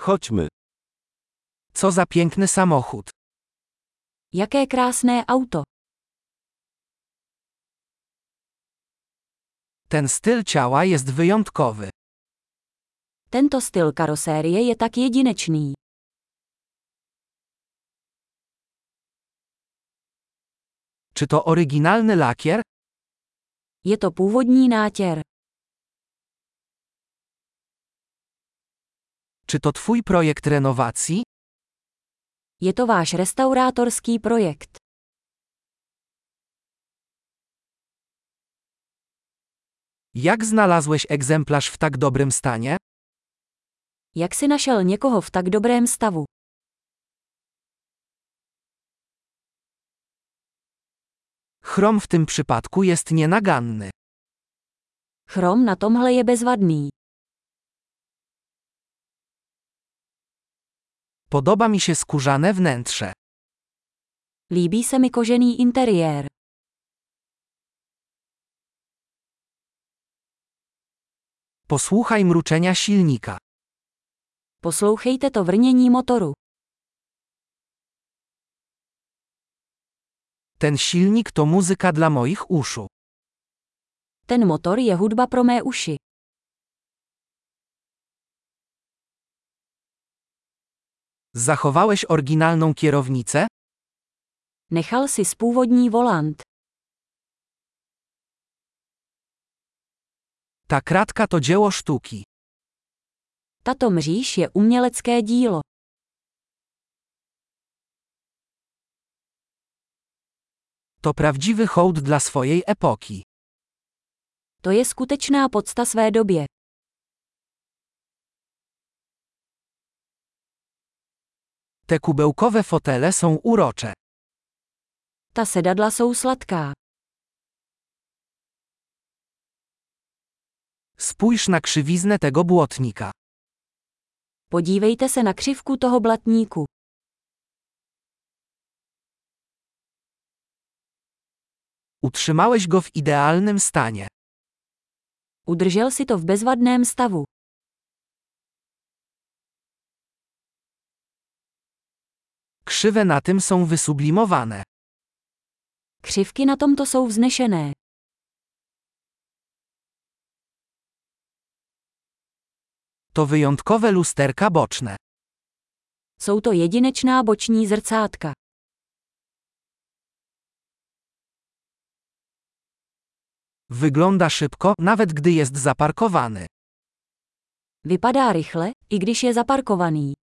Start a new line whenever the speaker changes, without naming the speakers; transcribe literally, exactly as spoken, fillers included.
Chodźmy.
Co za piękny samochód.
Jaké krásné auto.
Ten styl ciała jest wyjątkowy.
Tento styl karosérie je tak jedinečný.
Czy to oryginalny lakier?
Je to původní nátěr.
Czy to twój projekt renowacji?
Je to váš restaurátorský projekt.
Jak znalazłeś egzemplarz w tak dobrym stanie?
Jak si našel někoho v tak dobrém stavu?
Chrom w tym przypadku jest nienaganny.
Chrom na tomhle je bezvadný.
Podoba mi się skórzane wnętrze.
Líbí se mi kožený interiér.
Posłuchaj mruczenia silnika.
Poslouchejte to vrnění motoru.
Ten silnik to muzyka dla moich uszu.
Ten motor je hudba pro mé uši.
Zachowałeś oryginalną kierownicę?
Nechal si spůvodní volant.
Ta kratka to dzieło sztuki.
Tato mříž je umělecké dílo.
To prawdziwy hołd dla swojej epoki.
To je skutečná pocta své době.
Te kubełkowe fotele są urocze.
Ta sedadla jsou sladká.
Spójrz na krzywiznę tego błotnika.
Podívejte se na křivku toho blatníku.
Utrzymałeś go w idealnym stanie.
Udržel si to v bezvadném stavu.
Krzywe na tym są wysublimowane.
Křivky na tomto jsou vznešené.
To wyjątkowe lusterka boczne.
Jsou to jedinečná boční zrcátka.
Wygląda szybko, nawet gdy jest zaparkowany.
Vypadá rychle, i když je zaparkovaný.